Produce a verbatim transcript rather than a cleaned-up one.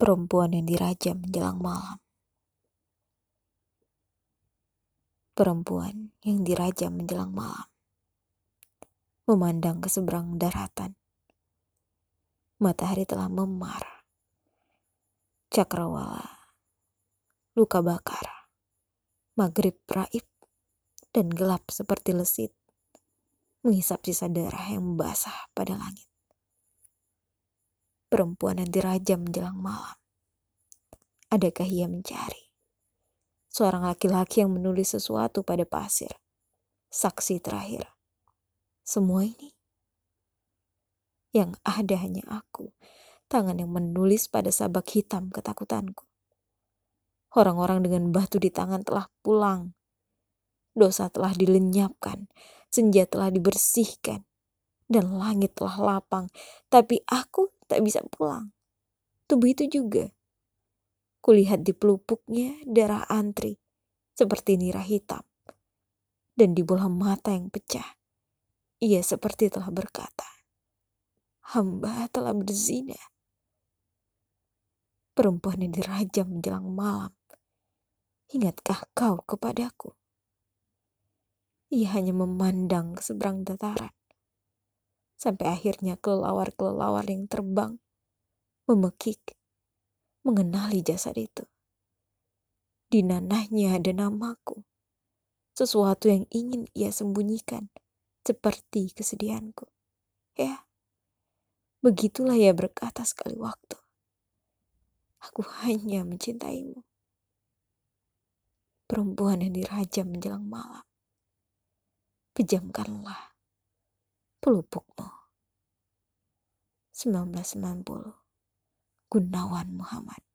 Perempuan yang dirajam menjelang malam. Perempuan yang dirajam menjelang malam. Memandang ke seberang daratan. Matahari telah memar. Cakrawala, luka bakar, maghrib raib, dan gelap seperti lesit. Menghisap sisa darah yang basah pada langit. Perempuan yang dirajam menjelang malam. Adakah ia mencari seorang laki-laki yang menulis sesuatu pada pasir? Saksi terakhir. Semua ini yang ada hanya aku, tangan yang menulis pada sabak hitam ketakutanku. Orang-orang dengan batu di tangan telah pulang. Dosa telah dilenyapkan, senja telah dibersihkan, dan langit telah lapang. Tapi aku tak bisa pulang. Tubuh itu juga. Kulihat di pelupuknya darah antri, seperti nira hitam. Dan di bola mata yang pecah, ia seperti telah berkata, hamba telah berzina. Perempuan yang dirajam menjelang malam. Ingatkah kau kepadaku? Ia hanya memandang ke seberang dataran. Sampai akhirnya kelelawar-kelelawar yang terbang, memekik, mengenali jasad itu. Di nanahnya ada namaku. Sesuatu yang ingin ia sembunyikan, seperti kesedihanku. Ya, begitulah ia berkata sekali waktu. Aku hanya mencintaimu. Perempuan yang dirajam menjelang malam. Pejamkanlah pelupukmu. seribu sembilan ratus sembilan puluh. Gunawan Muhammad.